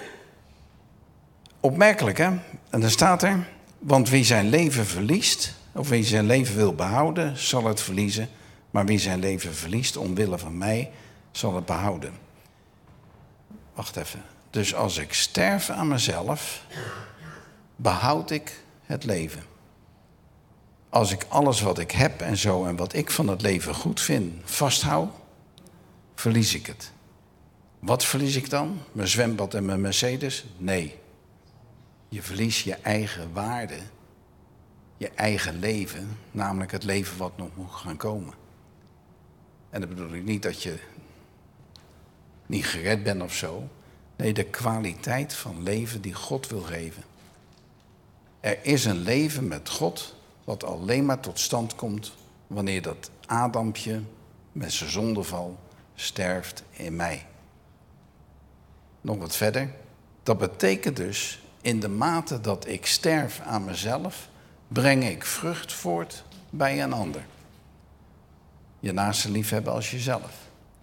Opmerkelijk hè? En dan staat er, want wie zijn leven verliest, of wie zijn leven wil behouden, zal het verliezen. Maar wie zijn leven verliest omwille van mij, zal het behouden. Wacht even. Dus als ik sterf aan mezelf, behoud ik het leven. Als ik alles wat ik heb en zo en wat ik van het leven goed vind vasthoud, verlies ik het. Wat verlies ik dan? Mijn zwembad en mijn Mercedes? Nee. Je verliest je eigen waarde, je eigen leven, namelijk het leven wat nog moet gaan komen. En dat bedoel ik niet dat je niet gered bent of zo. Nee, de kwaliteit van leven die God wil geven. Er is een leven met God wat alleen maar tot stand komt wanneer dat Adampje met zijn zondeval sterft in mij. Nog wat verder. Dat betekent dus, in de mate dat ik sterf aan mezelf, breng ik vrucht voort bij een ander. Je naaste liefhebben als jezelf.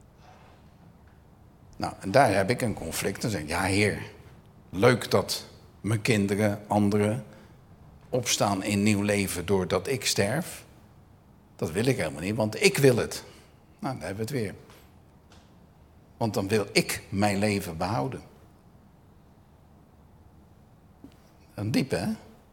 Nou, en daar heb ik een conflict. Dan zeg ik, ja Heer, leuk dat mijn kinderen, anderen, opstaan in nieuw leven doordat ik sterf. Dat wil ik helemaal niet, want ik wil het. Nou, dan hebben we het weer. Want dan wil ik mijn leven behouden. Een diep, hè?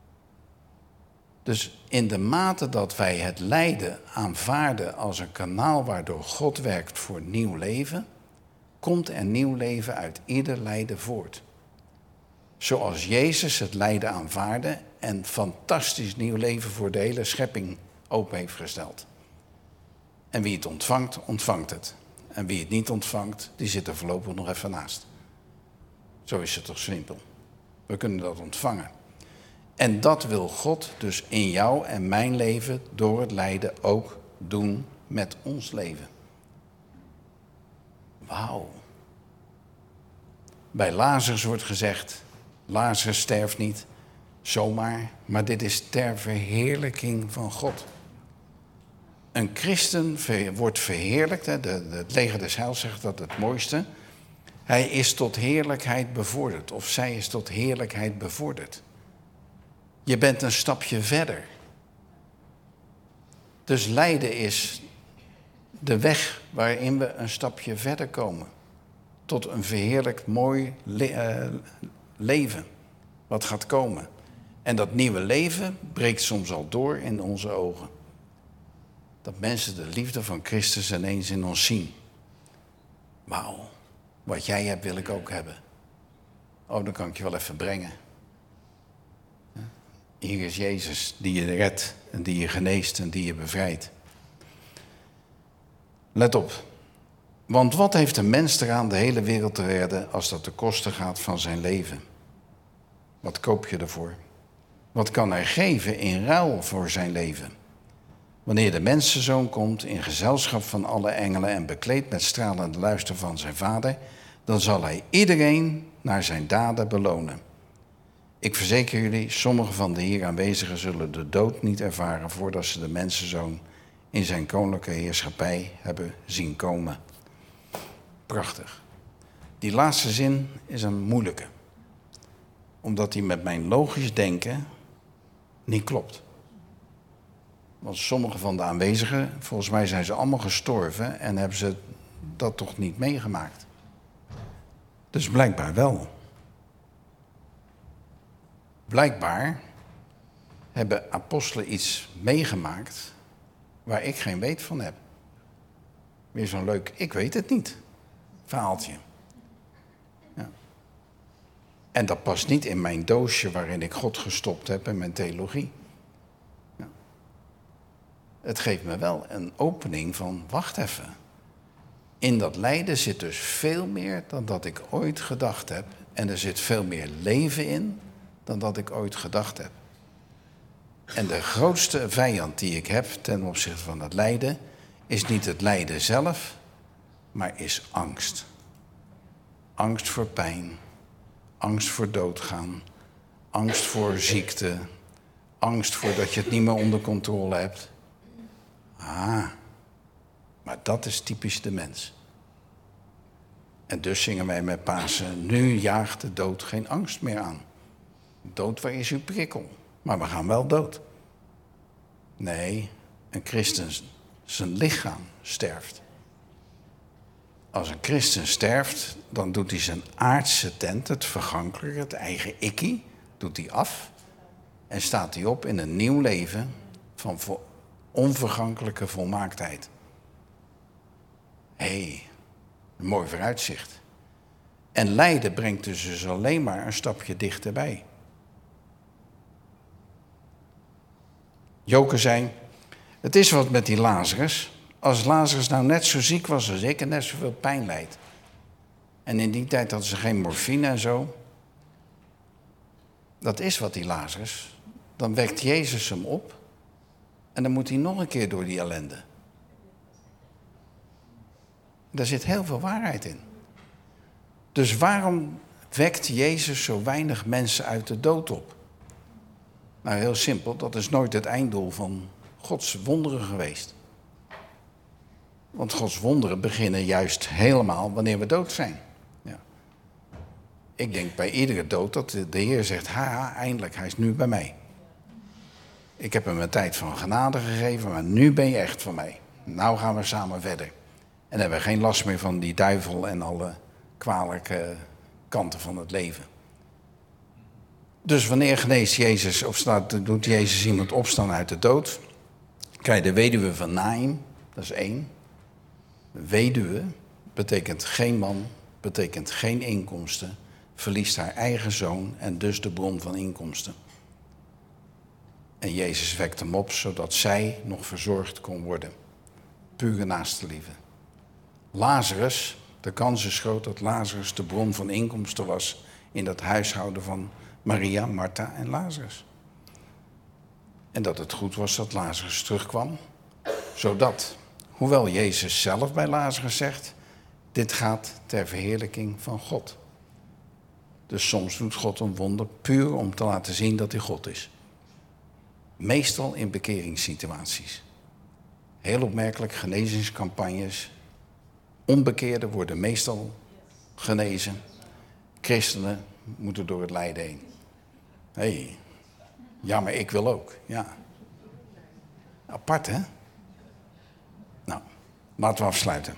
Dus in de mate dat wij het lijden aanvaarden als een kanaal waardoor God werkt voor nieuw leven, komt er nieuw leven uit ieder lijden voort. Zoals Jezus het lijden aanvaarde en fantastisch nieuw leven voor de hele schepping open heeft gesteld. En wie het ontvangt, ontvangt het. En wie het niet ontvangt, die zit er voorlopig nog even naast. Zo is het toch simpel. We kunnen dat ontvangen. En dat wil God dus in jou en mijn leven door het lijden ook doen met ons leven. Wauw. Bij Lazarus wordt gezegd, Lazarus sterft niet zomaar, maar dit is ter verheerlijking van God. Een christen wordt verheerlijkt, het leger des heils zegt dat het mooiste. Hij is tot heerlijkheid bevorderd, of zij is tot heerlijkheid bevorderd. Je bent een stapje verder. Dus lijden is de weg waarin we een stapje verder komen. Tot een verheerlijkt mooi leven wat gaat komen. En dat nieuwe leven breekt soms al door in onze ogen. Dat mensen de liefde van Christus ineens in ons zien. Wauw, wat jij hebt wil ik ook hebben. Oh, dan kan ik je wel even brengen. Hier is Jezus die je redt en die je geneest en die je bevrijdt. Let op. Want wat heeft een mens eraan de hele wereld te redden als dat ten koste gaat van zijn leven? Wat koop je ervoor? Wat kan hij geven in ruil voor zijn leven? Wanneer de mensenzoon komt in gezelschap van alle engelen en bekleed met stralende luister van zijn vader, dan zal hij iedereen naar zijn daden belonen. Ik verzeker jullie, sommigen van de hier aanwezigen zullen de dood niet ervaren voordat ze de mensenzoon in zijn koninklijke heerschappij hebben zien komen. Prachtig. Die laatste zin is een moeilijke. Omdat die met mijn logisch denken niet klopt. Want sommige van de aanwezigen, volgens mij zijn ze allemaal gestorven en hebben ze dat toch niet meegemaakt. Dus blijkbaar wel. Blijkbaar hebben apostelen iets meegemaakt waar ik geen weet van heb. Weer zo'n leuk, ik weet het niet, verhaaltje. Ja. En dat past niet in mijn doosje waarin ik God gestopt heb en mijn theologie. Ja. Het geeft me wel een opening van, wacht even. In dat lijden zit dus veel meer dan dat ik ooit gedacht heb. En er zit veel meer leven in dan dat ik ooit gedacht heb. En de grootste vijand die ik heb ten opzichte van het lijden is niet het lijden zelf, maar is angst. Angst voor pijn, angst voor doodgaan, angst voor ziekte, angst voor dat je het niet meer onder controle hebt. Maar dat is typisch de mens. En dus zingen wij met Pasen, nu jaagt de dood geen angst meer aan. Dood, waar is uw prikkel? Maar we gaan wel dood. Nee, een christen zijn lichaam sterft. Als een christen sterft, dan doet hij zijn aardse tent, het vergankelijke, het eigen ikkie, doet hij af. En staat hij op in een nieuw leven van onvergankelijke volmaaktheid. Hé, een mooi vooruitzicht. En lijden brengt dus alleen maar een stapje dichterbij. Joke zei, het is wat met die Lazarus. Als Lazarus nou net zo ziek was als ik en net zoveel pijn lijdt. En in die tijd hadden ze geen morfine en zo. Dat is wat die Lazarus. Dan wekt Jezus hem op. En dan moet hij nog een keer door die ellende. Daar zit heel veel waarheid in. Dus waarom wekt Jezus zo weinig mensen uit de dood op? Nou, heel simpel, dat is nooit het einddoel van Gods wonderen geweest. Want Gods wonderen beginnen juist helemaal wanneer we dood zijn. Ja. Ik denk bij iedere dood dat de Heer zegt, eindelijk, hij is nu bij mij. Ik heb hem een tijd van genade gegeven, maar nu ben je echt van mij. Nou gaan we samen verder. En dan hebben we geen last meer van die duivel en alle kwalijke kanten van het leven. Dus wanneer geneest Jezus of doet Jezus iemand opstaan uit de dood? Kijk, de weduwe van Naïm, dat is 1. Weduwe betekent geen man, betekent geen inkomsten, verliest haar eigen zoon en dus de bron van inkomsten. En Jezus wekt hem op zodat zij nog verzorgd kon worden. Pure naastenliefde. Lazarus, de kans is groot dat Lazarus de bron van inkomsten was in dat huishouden van Maria, Martha en Lazarus. En dat het goed was dat Lazarus terugkwam, zodat, hoewel Jezus zelf bij Lazarus zegt, dit gaat ter verheerlijking van God. Dus soms doet God een wonder puur om te laten zien dat hij God is. Meestal in bekeringssituaties. Heel opmerkelijk, genezingscampagnes. Onbekeerden worden meestal genezen. Christenen moeten door het lijden heen. Hé, ja, maar ik wil ook. Ja. Apart, hè? Nou, laten we afsluiten.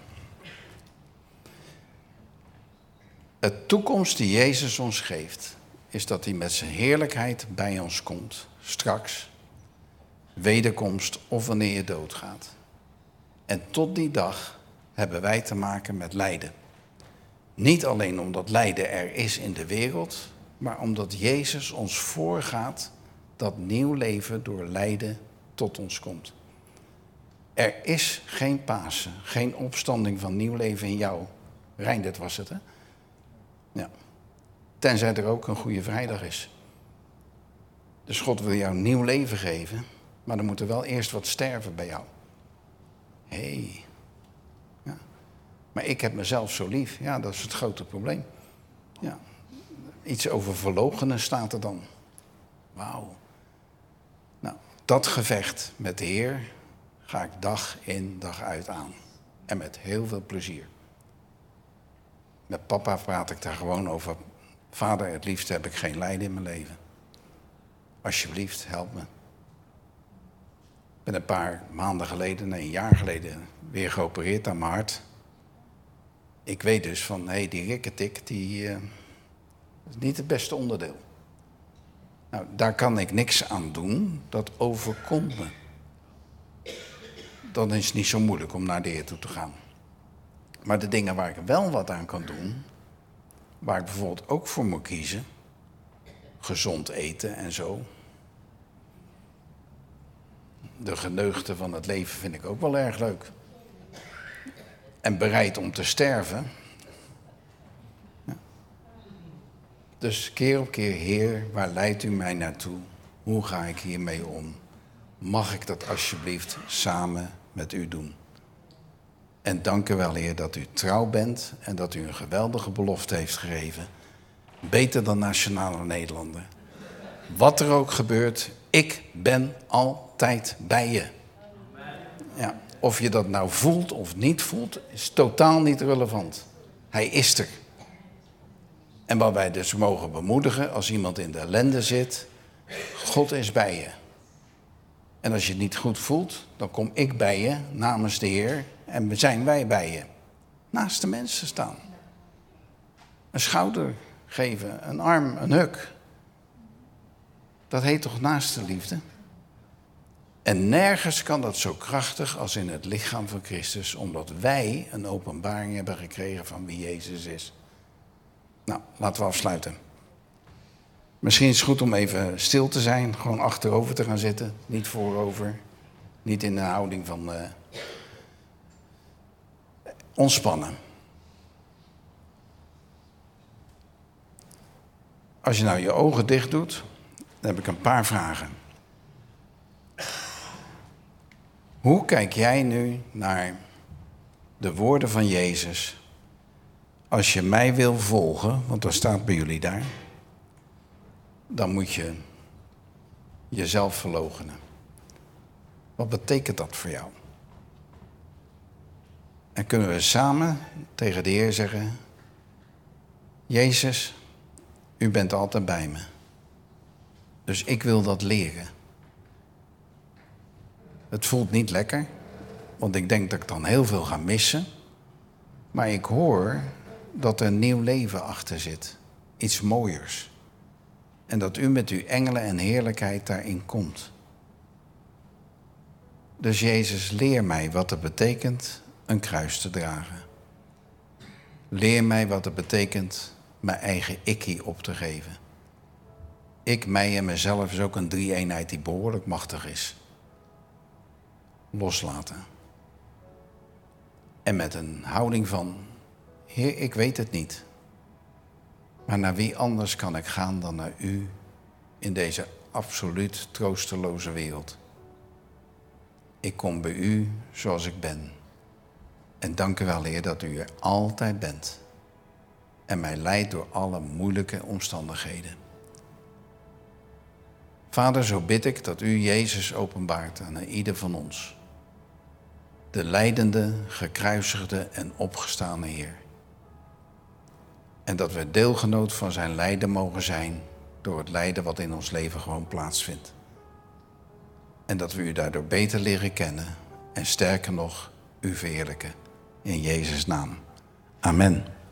De toekomst die Jezus ons geeft, is dat hij met zijn heerlijkheid bij ons komt. Straks, wederkomst of wanneer je doodgaat. En tot die dag hebben wij te maken met lijden. Niet alleen omdat lijden er is in de wereld, maar omdat Jezus ons voorgaat dat nieuw leven door lijden tot ons komt. Er is geen Pasen, geen opstanding van nieuw leven in jou. Reindert was het, hè? Ja. Tenzij er ook een Goede Vrijdag is. Dus God wil jou nieuw leven geven, maar dan moet er wel eerst wat sterven bij jou. Hé. Ja. Maar ik heb mezelf zo lief. Ja, dat is het grote probleem. Ja. Iets over verloochenen staat er dan. Wauw. Nou, dat gevecht met de Heer ga ik dag in, dag uit aan. En met heel veel plezier. Met papa praat ik daar gewoon over. Vader, het liefst heb ik geen lijden in mijn leven. Alsjeblieft, help me. Ik ben een paar maanden geleden, nee, een jaar geleden, weer geopereerd aan mijn hart. Ik weet dus van, die rikketik, die is niet het beste onderdeel. Nou, daar kan ik niks aan doen, dat overkomt me. Dan is het niet zo moeilijk om naar de Heer toe te gaan. Maar de dingen waar ik wel wat aan kan doen, waar ik bijvoorbeeld ook voor moet kiezen, gezond eten en zo. De geneugten van het leven vind ik ook wel erg leuk. En bereid om te sterven. Ja. Dus keer op keer, Heer, waar leidt u mij naartoe? Hoe ga ik hiermee om? Mag ik dat alsjeblieft samen met u doen? En dank u wel, Heer, dat u trouw bent en dat u een geweldige belofte heeft gegeven. Beter dan Nationale Nederlander. Wat er ook gebeurt, ik ben altijd bij je. Ja, of je dat nou voelt of niet voelt, is totaal niet relevant. Hij is er. En wat wij dus mogen bemoedigen als iemand in de ellende zit, God is bij je. En als je het niet goed voelt, dan kom ik bij je namens de Heer en zijn wij bij je. Naast de mensen staan. Een schouder geven, een arm, een huk. Dat heet toch naaste liefde? En nergens kan dat zo krachtig als in het lichaam van Christus, omdat wij een openbaring hebben gekregen van wie Jezus is. Nou, laten we afsluiten. Misschien is het goed om even stil te zijn, gewoon achterover te gaan zitten, niet voorover, niet in de houding van ontspannen. Als je nou je ogen dicht doet, dan heb ik een paar vragen. Hoe kijk jij nu naar de woorden van Jezus? Als je mij wil volgen, want dat staat bij jullie daar, dan moet je jezelf verloochenen. Wat betekent dat voor jou? En kunnen we samen tegen de Heer zeggen, Jezus, u bent altijd bij me. Dus ik wil dat leren. Het voelt niet lekker, want ik denk dat ik dan heel veel ga missen. Maar ik hoor dat er een nieuw leven achter zit. Iets mooiers. En dat u met uw engelen en heerlijkheid daarin komt. Dus Jezus, leer mij wat het betekent een kruis te dragen. Leer mij wat het betekent mijn eigen ikkie op te geven. Ik, mij en mezelf is ook een drie-eenheid die behoorlijk machtig is. Loslaten. En met een houding van, Heer, ik weet het niet. Maar naar wie anders kan ik gaan dan naar u in deze absoluut troosteloze wereld. Ik kom bij u zoals ik ben. En dank u wel, Heer, dat u er altijd bent. En mij leidt door alle moeilijke omstandigheden. Vader, zo bid ik dat u Jezus openbaart aan ieder van ons. De lijdende, gekruisigde en opgestane Heer. En dat we deelgenoot van zijn lijden mogen zijn door het lijden wat in ons leven gewoon plaatsvindt. En dat we u daardoor beter leren kennen en sterker nog, u verheerlijken. In Jezus' naam. Amen.